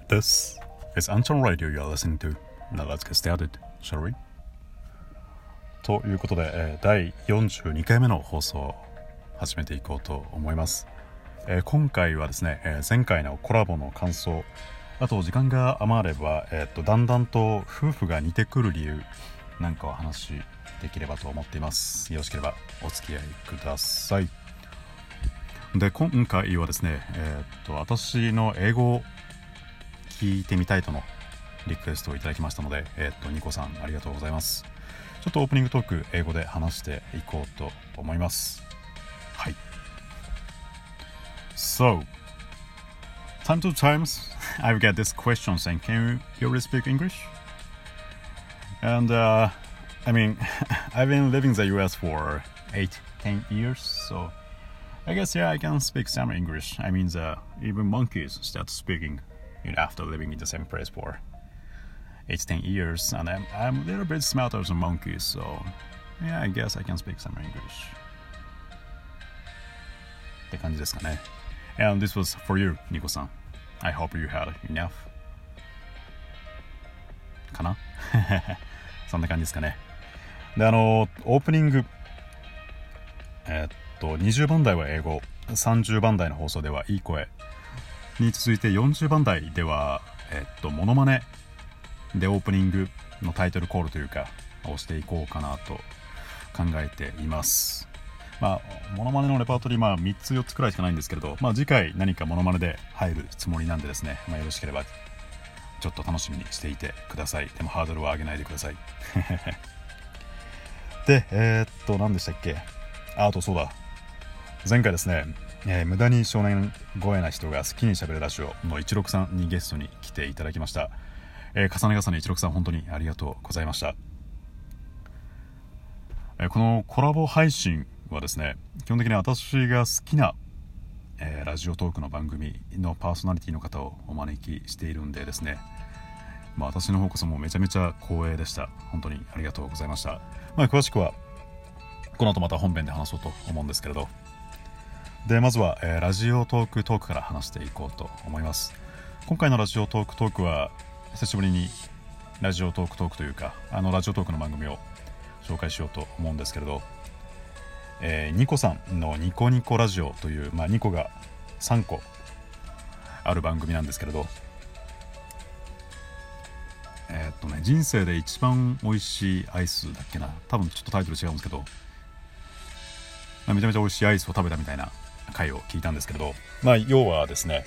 This is Anton Radio you're listening to. Now let's get started, shall we? ということで、第42回目の放送を始めていこうと思います。今回はですね、前回のコラボの感想、あと時間が余れば、だんだんと夫婦が似てくる理由なんかを話できればと思っています。よろしければお付き合いください。で、今回はですね、私の英語を聞いてみたいとのリクエストをいただきましたので、ニコさんありがとうございます。ちょっとオープニングトーク英語で話していこうと思います。はい。So, time to times I've got this question saying, can you really speak English? And I mean, I've been living in the US for 8-10 years, so I guess yeah, I can speak some English. I mean, even monkeys start speaking after living in the same place for 8-10 years, and I'm a little bit smarter than monkeys, so yeah, I guess I can speak some English. って感じですかね。And this was for you, ニコさん。I hope you had enough. かなそんな感じですかね。で、オープニング、20番台は英語、30番台の放送ではいい声に続いて40番台では、モノマネでオープニングのタイトルコールというかをしていこうかなと考えています。まあモノマネのレパートリー3つ4つくらいしかないんですけれど、次回何かモノマネで入るつもりなんでですね、よろしければちょっと楽しみにしていてください。でもハードルは上げないでくださいで何でしたっけ。あとそうだ、前回ですね、無駄に少年声な人が好きにしゃべるラジオの16さんにゲストに来ていただきました。重ね重ね16さん本当にありがとうございました。このコラボ配信はですね、基本的に私が好きな、ラジオトークの番組のパーソナリティの方をお招きしているんでですね、私の方こそもうめちゃめちゃ光栄でした。本当にありがとうございました。詳しくはこの後また本編で話そうと思うんですけれど、でまずは、ラジオトークから話していこうと思います。今回のラジオトークは久しぶりにラジオトークというかラジオトークの番組を紹介しようと思うんですけれど、ニコさんのニコニコラジオという、ニコが3個ある番組なんですけれど、人生で一番美味しいアイスだっけな、多分ちょっとタイトル違うんですけど、めちゃめちゃ美味しいアイスを食べたみたいな回を聞いたんですけれど、要はですね、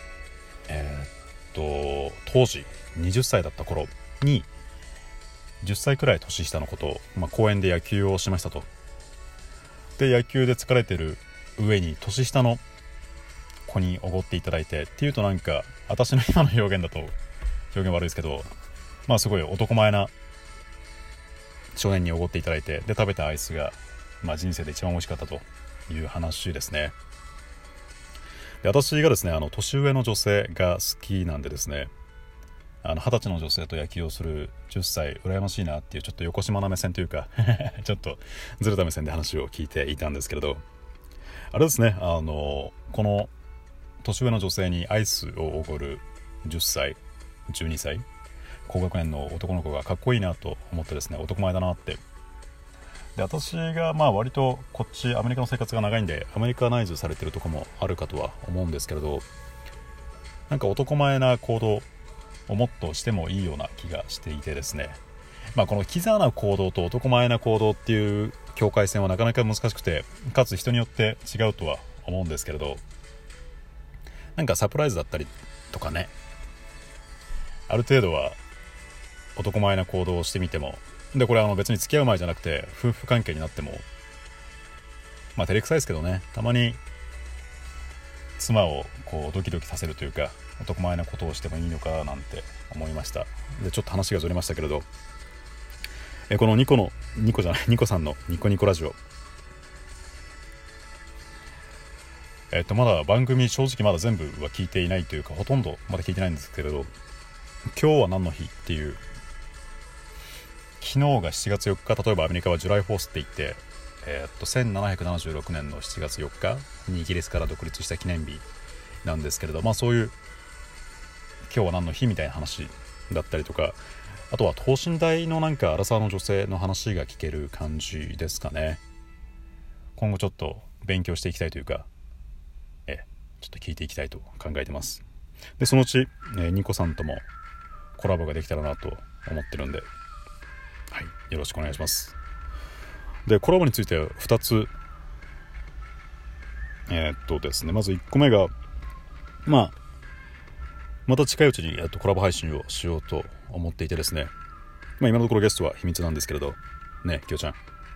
当時20歳だった頃に10歳くらい年下の子と、公園で野球をしましたと。で野球で疲れてる上に年下の子におごっていただいてっていうと、なんか私の今の表現だと表現悪いですけど、すごい男前な少年におごっていただいて、で食べたアイスが、人生で一番美味しかったという話ですね。で私がですね、年上の女性が好きなんでですね、20歳の女性と野球をする10歳羨ましいなっていう、ちょっと横島な目線というかちょっとずれた目線で話を聞いていたんですけれど、あれですね、この年上の女性にアイスをおごる10歳12歳高学年の男の子がかっこいいなと思ってですね、男前だなって。で私が割とこっちアメリカの生活が長いんでアメリカナイズされてるとこもあるかとは思うんですけれど、なんか男前な行動をもっとしてもいいような気がしていてですね、このキザな行動と男前な行動っていう境界線はなかなか難しくて、かつ人によって違うとは思うんですけれど、なんかサプライズだったりとかね、ある程度は男前な行動をしてみても、でこれ別に付き合う前じゃなくて夫婦関係になっても、照れくさいですけどね、たまに妻をこうドキドキさせるというか男前なことをしてもいいのかなんて思いました。でちょっと話がずれましたけれど、このニコさんのニコニコラジオ、まだ番組正直まだ全部は聞いていないというか、ほとんどまだ聞いてないんですけれど、今日は何の日っていう、昨日が7月4日、例えばアメリカはジュライフォースって言って、1776年の7月4日にイギリスから独立した記念日なんですけれど、そういう今日は何の日みたいな話だったりとか、あとは等身大のなんかアラサーの女性の話が聞ける感じですかね。今後ちょっと勉強していきたいというか、ちょっと聞いていきたいと考えてます。でそのうち、ニコさんともコラボができたらなと思ってるんで、はい、よろしくお願いします。でコラボについては2つですね、まず1個目がまた近いうちに、コラボ配信をしようと思っていてですね、今のところゲストは秘密なんですけれどね、きよちゃん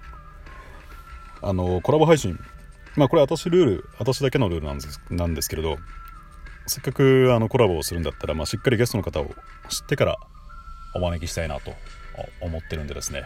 コラボ配信、これ私だけのルールなんですけれど、せっかくコラボをするんだったら、しっかりゲストの方を知ってからお招きしたいなと思ってるんでですね、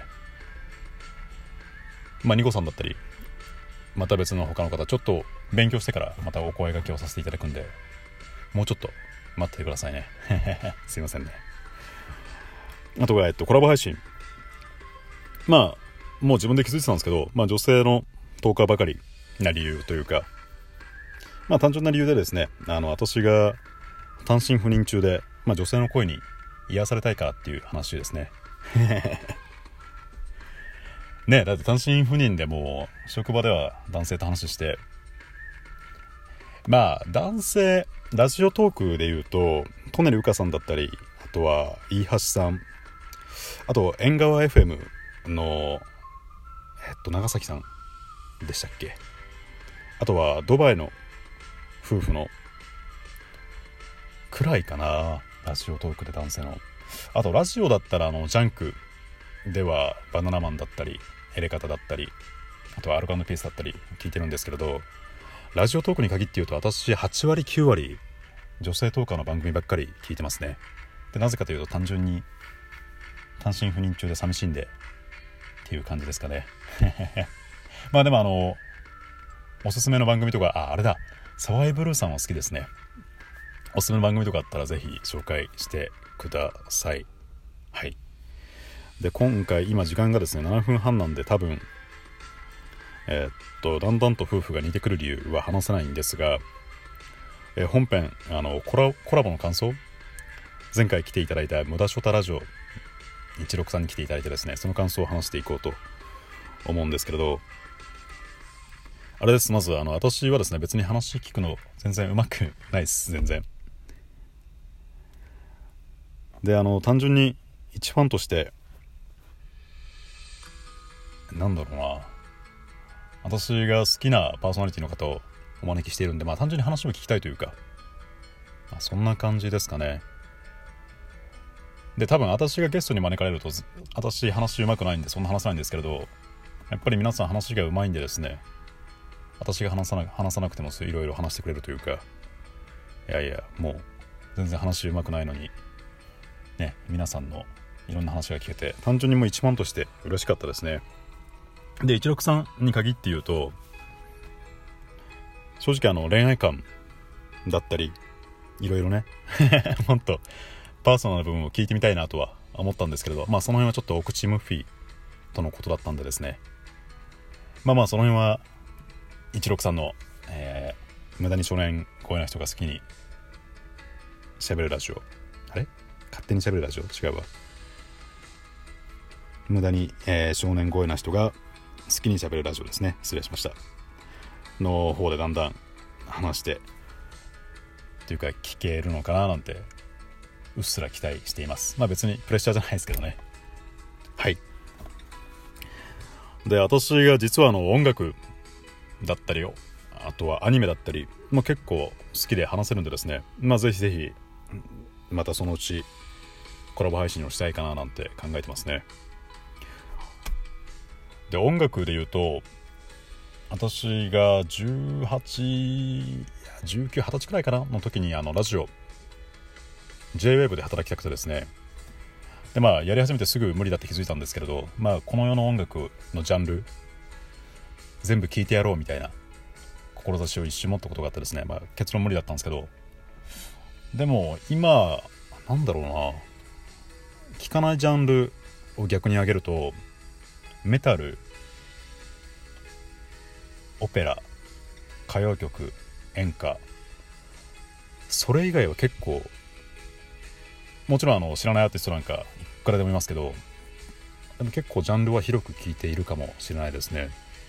ニコさんだったりまた別の他の方ちょっと勉強してからまたお声掛けをさせていただくんで、もうちょっと待っててくださいねすいませんね。あとが、コラボ配信、もう自分で気づいてたんですけど、女性のトーカーばかりな理由というか、単純な理由でですね、私が単身赴任中で、女性の声に癒されたいからっていう話ですねね、だって単身赴任でもう職場では男性と話して、男性ラジオトークでいうとトネルうかさんだったり、あとは飯橋さん、あと縁側 FM の長崎さんでしたっけ、あとはドバイの夫婦のくらいかな、ラジオトークで男性の。あとラジオだったらジャンクではバナナマンだったりエレカタだったり、あとはアルコ&ピースだったり聞いてるんですけれど、ラジオトークに限って言うと私8割9割女性トーカーの番組ばっかり聞いてますね。でなぜかというと単純に単身赴任中で寂しいんでっていう感じですかねでもおすすめの番組とか、あれだ、沢井ブルーさんは好きですね。おすすめの番組とかあったらぜひ紹介してください。はい。で今回今時間がですね7分半なんで、多分だんだんと夫婦が似てくる理由は話せないんですが、本編コラボの感想、前回来ていただいた無駄ショタラジオ16さんに来ていただいてですね、その感想を話していこうと思うんですけれど、あれです。まず私はですね、別に話聞くの全然うまくないです。全然で単純に一ファンとして私が好きなパーソナリティの方をお招きしているんで、単純に話を聞きたいというか、そんな感じですかね。で多分私がゲストに招かれると私話うまくないんでそんな話さないんですけれど、やっぱり皆さん話がうまいんでですね、私が話さなくてもいろいろ話してくれるというか、もう全然話うまくないのにね、皆さんのいろんな話が聞けて単純にもう一番として嬉しかったですね。で163に限って言うと、正直恋愛観だったりいろいろねもっとパーソナルな部分を聞いてみたいなとは思ったんですけれど、その辺はちょっとお口ムッフィーとのことだったんでですね、その辺は163の、無駄に少年声な人が好きに喋るラジオ、勝手に喋るラジオ違うわ、無駄に、少年声な人が好きに喋るラジオですね、失礼しましたの方でだんだん話してというか聞けるのかななんてうっすら期待しています。別にプレッシャーじゃないですけどね。はい。で私が実は音楽だったりあとはアニメだったり、結構好きで話せるんでですね、ぜひぜひまたそのうちコラボ配信をしたいかななんて考えてますね。で音楽で言うと私が19、20歳くらいかなの時にラジオ J-WAVE で働きたくてですね、でやり始めてすぐ無理だって気づいたんですけれど、この世の音楽のジャンル全部聞いてやろうみたいな志を一瞬持ったことがあってですね、結論無理だったんですけど、でも今聞かないジャンルを逆に上げるとメタル、オペラ、歌謡曲、演歌、それ以外は結構もちろん知らないアーティストなんかいくらでもいますけど、でも結構ジャンルは広く聴いているかもしれないですね。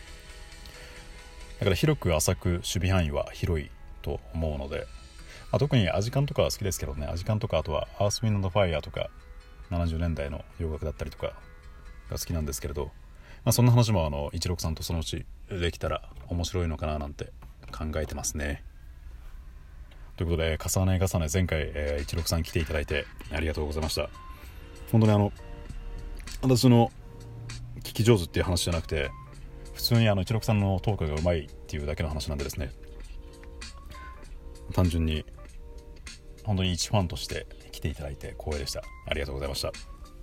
だから広く浅く守備範囲は広いと思うので、特にアジカンとかは好きですけどね。アジカンとか、あとはアースウィンドファイヤーとか70年代の洋楽だったりとかが好きなんですけれど、そんな話も一六さんとそのうちできたら面白いのかななんて考えてますね。ということで、重ね重ね前回、一六さん来ていただいてありがとうございました。本当に私の聞き上手っていう話じゃなくて、普通に一六さんのトークがうまいっていうだけの話なんでですね、単純に本当に一ファンとして来ていただいて光栄でした。ありがとうございました。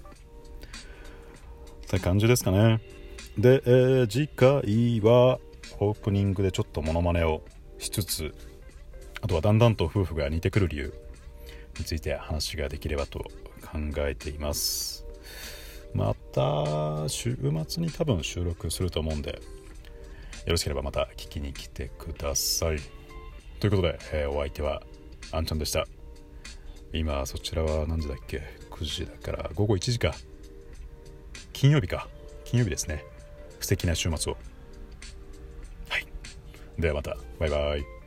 という感じですかね。で、次回はオープニングでちょっとモノマネをしつつ、あとはだんだんと夫婦が似てくる理由について話ができればと考えています。また週末に多分収録すると思うんで、よろしければまた聞きに来てください。ということで、お相手はあんちゃんでした。今そちらは何時だっけ、9時だから午後1時か。金曜日ですね。素敵な週末を。はい、ではまた、バイバイ。